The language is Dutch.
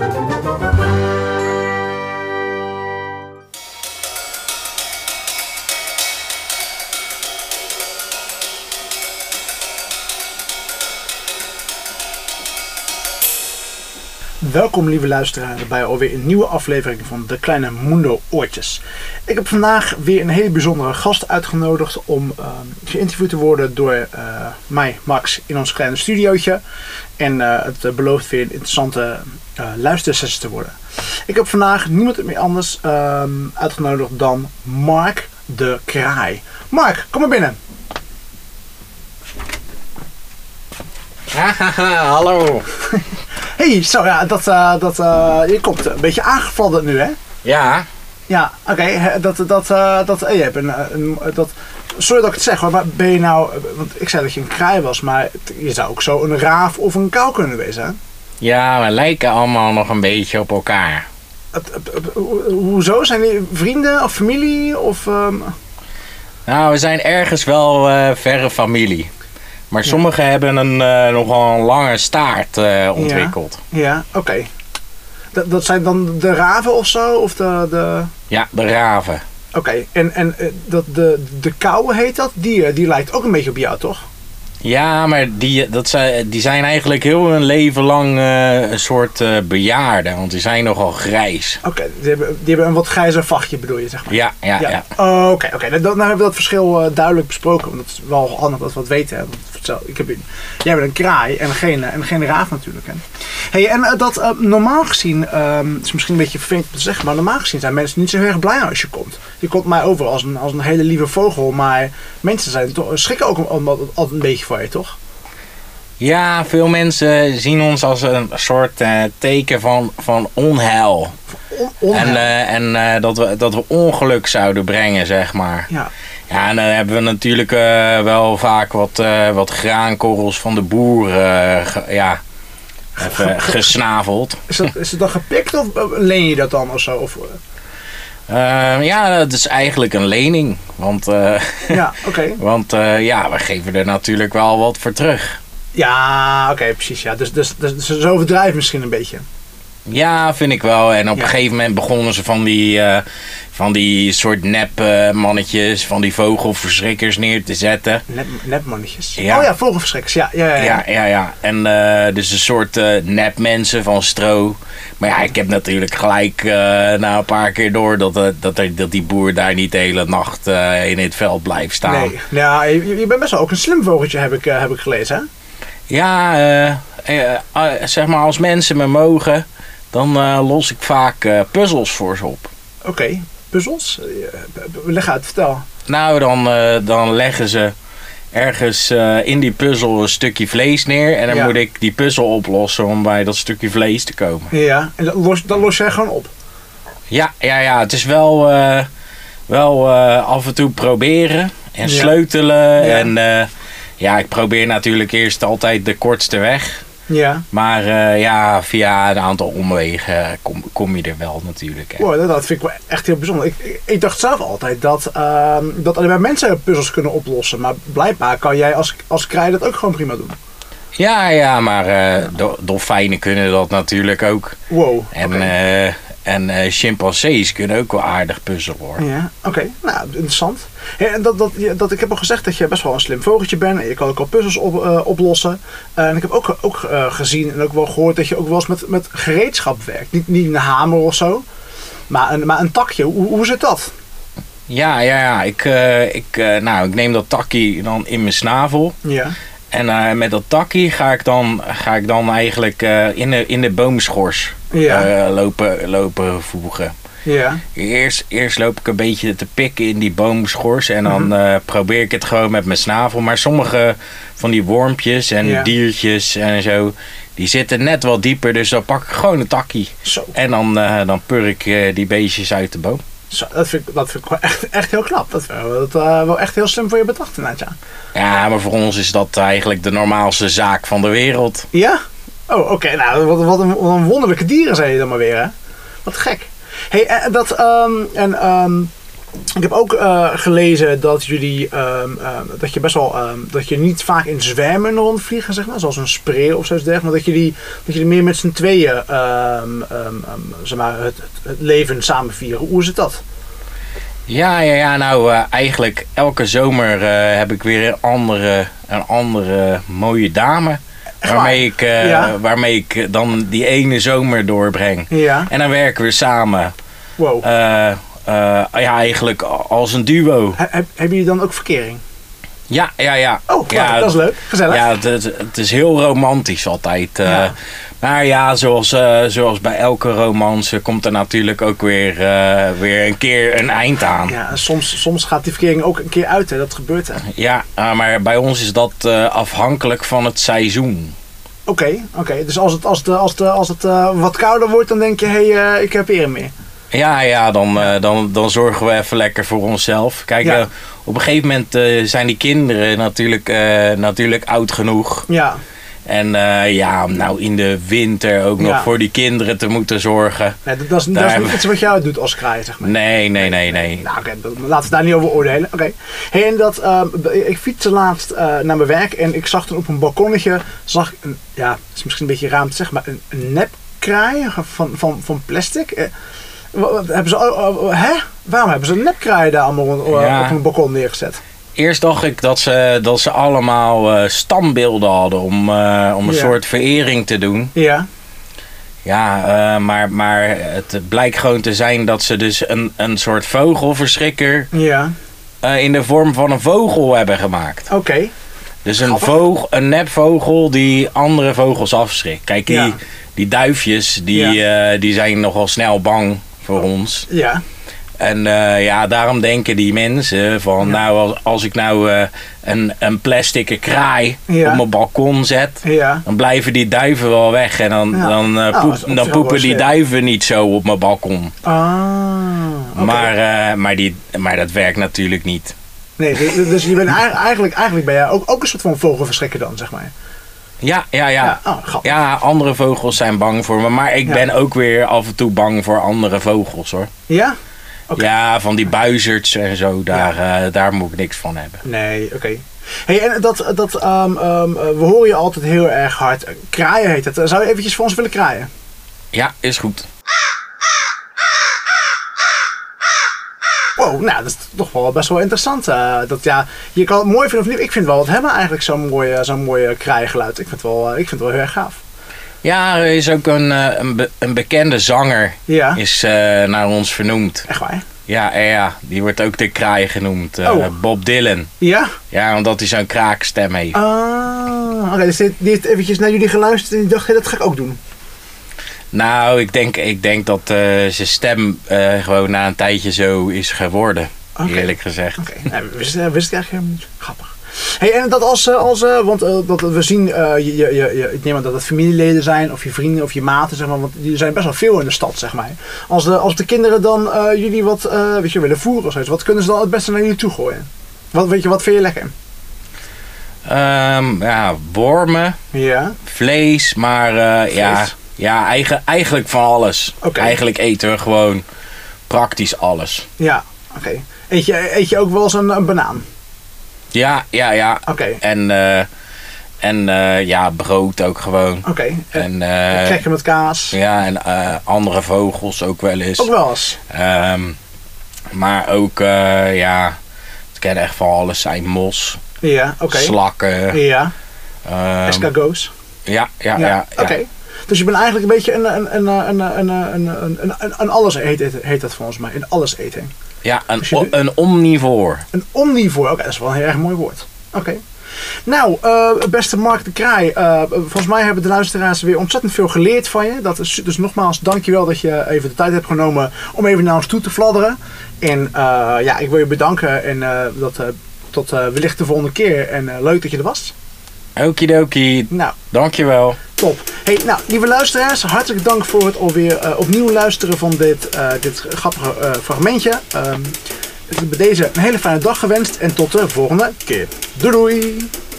Welkom lieve luisteraars bij alweer een nieuwe aflevering van de Kleine Mundo Oortjes. Ik heb vandaag weer een hele bijzondere gast uitgenodigd om geïnterviewd te worden door mij, Max, in ons kleine studiootje. En het belooft weer een interessante luistersessie te worden. Ik heb vandaag niemand meer anders uitgenodigd dan Mark de Kraai. Mark, kom maar binnen. Hallo. Hey, zo ja, je komt een beetje aangevallen nu, hè? Ja. Ja, oké. Je hebt sorry dat ik het zeg hoor, maar ben je nou, want ik zei dat je een kraai was, maar je zou ook zo een raaf of een kou kunnen wezen, hè? Ja, we lijken allemaal nog een beetje op elkaar. Hoezo? Zijn die vrienden of familie of? Nou, we zijn ergens wel verre familie. Maar sommigen hebben nogal een lange staart ontwikkeld. Ja, oké. Dat zijn dan de raven of zo? Of de... Ja, de raven. Oké, en de kauwe heet dat? Die lijkt ook een beetje op jou, toch? Ja, maar die zijn eigenlijk heel hun leven lang een soort bejaarden. Want die zijn nogal grijs. Oké, die hebben een wat grijzer vachtje bedoel je, zeg maar? Ja. Oké. Dan hebben we dat verschil duidelijk besproken. Want dat is wel handig dat we wat weten. Hè? Jij bent een kraai en geen raaf natuurlijk. Hè? Hey, en normaal gezien, het is misschien een beetje vervelend om te zeggen, maar normaal gezien zijn mensen niet zo heel erg blij als je komt. Je komt mij over als een hele lieve vogel, maar mensen schrikken ook altijd een beetje voor je, toch? Ja, veel mensen zien ons als een soort teken van onheil. En dat we ongeluk zouden brengen, zeg maar. Ja. Ja, en dan hebben we natuurlijk wel vaak wat graankorrels van de boer gesnaveld. Is het dan gepikt of leen je dat dan of zo? Ja, dat is eigenlijk een lening. Want, ja, oké. Want we geven er natuurlijk wel wat voor terug. Ja, oké, precies. Ja. Dus ze overdrijven misschien een beetje. Ja, vind ik wel. En op een gegeven moment begonnen ze van die soort nepmannetjes, van die vogelverschrikkers neer te zetten. Nepmannetjes? Ja. Oh ja, vogelverschrikkers. Ja. En dus een soort nepmensen van stro. Maar ja, ik heb natuurlijk gelijk na een paar keer door dat die boer daar niet de hele nacht in het veld blijft staan. Nee, ja, je bent best wel ook een slim vogeltje, heb ik gelezen, hè? Ja, zeg maar als mensen me mogen, dan los ik vaak puzzels voor ze op. Oké, puzzels? Leg uit, vertel. Nou, dan leggen ze ergens in die puzzel een stukje vlees neer. En dan moet ik die puzzel oplossen om bij dat stukje vlees te komen. Ja, en dat los jij gewoon op? Ja. Het is wel af en toe proberen en sleutelen. Ja. En ik probeer natuurlijk eerst altijd de kortste weg. Ja. Maar via een aantal omwegen kom je er wel natuurlijk. Hè. Wow, dat vind ik wel echt heel bijzonder. Ik dacht zelf altijd dat alleen maar mensen puzzels kunnen oplossen. Maar blijkbaar kan jij als kraai dat ook gewoon prima doen. Ja, maar dolfijnen kunnen dat natuurlijk ook. Wow. En chimpansees kunnen ook wel aardig puzzelen hoor. Ja, oké. Nou, interessant. Ja, en ik heb al gezegd dat je best wel een slim vogeltje bent. En je kan ook al puzzels oplossen. En ik heb ook gezien en ook wel gehoord dat je ook wel eens met gereedschap werkt. Niet een hamer of zo. Maar een takje. Hoe zit dat? Ja. Ik neem dat takje dan in mijn snavel. Ja. En met dat takkie ga ik dan eigenlijk in de boomschors lopen voegen. Ja. Eerst loop ik een beetje te pikken in die boomschors en dan probeer ik het gewoon met mijn snavel. Maar sommige van die wormpjes en diertjes en zo, die zitten net wat dieper, dus dan pak ik gewoon een takkie. Zo. En dan pur ik die beestjes uit de boom. Zo, dat vind ik wel echt heel knap. Dat wel echt heel slim voor je bedacht inderdaad, ja. Ja, maar voor ons is dat eigenlijk de normaalste zaak van de wereld. Ja? Oh, oké. Nou, wat een wonderlijke dieren zijn je dan maar weer, hè? Wat gek. Hey, Ik heb ook gelezen dat jullie dat je best wel dat je niet vaak in zwermen rondvliegen, zeg maar, zoals een spreeuw of zoiets dergelijks, maar dat jullie meer met z'n tweeën zeg maar, het leven samen vieren. Hoe zit dat? Ja, nou eigenlijk elke zomer heb ik weer een andere mooie dame. Waarmee ik dan die ene zomer doorbreng. Ja. En dan werken we samen. Wow. Eigenlijk als een duo. Hebben jullie dan ook verkering? Ja. Oh, ja, dat is leuk. Gezellig. Ja, het is heel romantisch altijd. Ja. Maar ja, zoals bij elke romance komt er natuurlijk ook weer een keer een eind aan. Ja, en soms gaat die verkering ook een keer uit, hè. Dat gebeurt, hè. Ja, maar bij ons is dat afhankelijk van het seizoen. Oké. Dus als het wat kouder wordt, dan denk je, hey, ik heb eer meer. Ja, dan zorgen we even lekker voor onszelf. Kijk, op een gegeven moment zijn die kinderen natuurlijk oud genoeg. Ja. En nou in de winter ook nog voor die kinderen te moeten zorgen. Nee, dat is niet iets wat jij doet als kraai, zeg maar. Nee. Nou, oké, laten we daar niet over oordelen. Oké. Hey, en ik fietste laatst naar mijn werk en ik zag toen op een balkonnetje, het is misschien een beetje raar om te zeggen, maar een nepkraai van plastic. Waarom hebben ze een nepkraai daar allemaal op een balkon neergezet? Eerst dacht ik dat ze allemaal standbeelden hadden om een soort verering te doen. Ja. Ja, maar het blijkt gewoon te zijn dat ze dus een soort vogelverschrikker in de vorm van een vogel hebben gemaakt. Oké. Dus een nepvogel die andere vogels afschrikt. Kijk, die duifjes die zijn nogal snel bang voor ons. Ja. En daarom denken die mensen van, nou, als ik nou een plastic kraai op mijn balkon zet, dan blijven die duiven wel weg. En dan poepen die duiven niet zo op mijn balkon. Okay. Maar dat werkt natuurlijk niet. Nee, dus je bent eigenlijk ben jij ook een soort van vogelverschrikker dan, zeg maar. Ja, andere vogels zijn bang voor me. Maar ik ben ook weer af en toe bang voor andere vogels, hoor. Ja? Okay. Ja, van die buizerds en zo, daar moet ik niks van hebben. Nee, oké. Hey, en we horen je altijd heel erg hard. Kraaien heet het. Zou je eventjes voor ons willen kraaien? Ja, is goed. Wow, nou, dat is toch wel best wel interessant. Je kan het mooi vinden of niet. Ik vind wel wat hebben eigenlijk zo'n mooi kraaiengeluid. Ik vind het wel heel erg gaaf. Ja, er is ook een bekende zanger is naar ons vernoemd. Echt waar? Ja, die wordt ook de kraai genoemd. Bob Dylan. Ja? Ja, omdat hij zo'n kraakstem heeft. Oké, dus die heeft eventjes naar jullie geluisterd en die dacht, dat ga ik ook doen. Nou, ik denk dat zijn stem gewoon na een tijdje zo is geworden. Eerlijk gezegd. Oké, nou, wist ik eigenlijk helemaal niet. Grappig. Hey, en dat want we zien, ik neem aan dat het familieleden zijn, of je vrienden, of je maten, zeg maar, want die zijn best wel veel in de stad, zeg maar. Als de kinderen dan jullie wat willen voeren of zoiets, wat kunnen ze dan het beste naar jullie toe gooien? Wat vind je lekker? Wormen, vlees, maar eigenlijk van alles. Okay. Eigenlijk eten we gewoon praktisch alles. Ja, oké. Eet je ook wel eens een banaan? Ja. Okay. En brood ook gewoon. Oké. En cracker met kaas. Ja, en andere vogels ook wel eens. Ook wel eens. Maar ook, het kan echt van alles zijn. Mos. Ja, oké. Slakken. Ja. Escargots. Ja. Oké. Dus je bent eigenlijk een beetje een alles heet dat volgens mij. Een alles eten. Ja, een omnivoor. Een omnivoor, oké, dat is wel een heel erg mooi woord. Oké. Nou, beste Mark de Kraai, volgens mij hebben de luisteraars weer ontzettend veel geleerd van je. Dus nogmaals, dankjewel dat je even de tijd hebt genomen om even naar ons toe te fladderen. En ik wil je bedanken en tot wellicht de volgende keer. En leuk dat je er was. Okidoki. Nou. Dankjewel. Top. Hey, nou, lieve luisteraars, hartelijk dank voor het alweer opnieuw luisteren van dit grappige fragmentje. Bij deze een hele fijne dag gewenst en tot de volgende keer. Doei doei!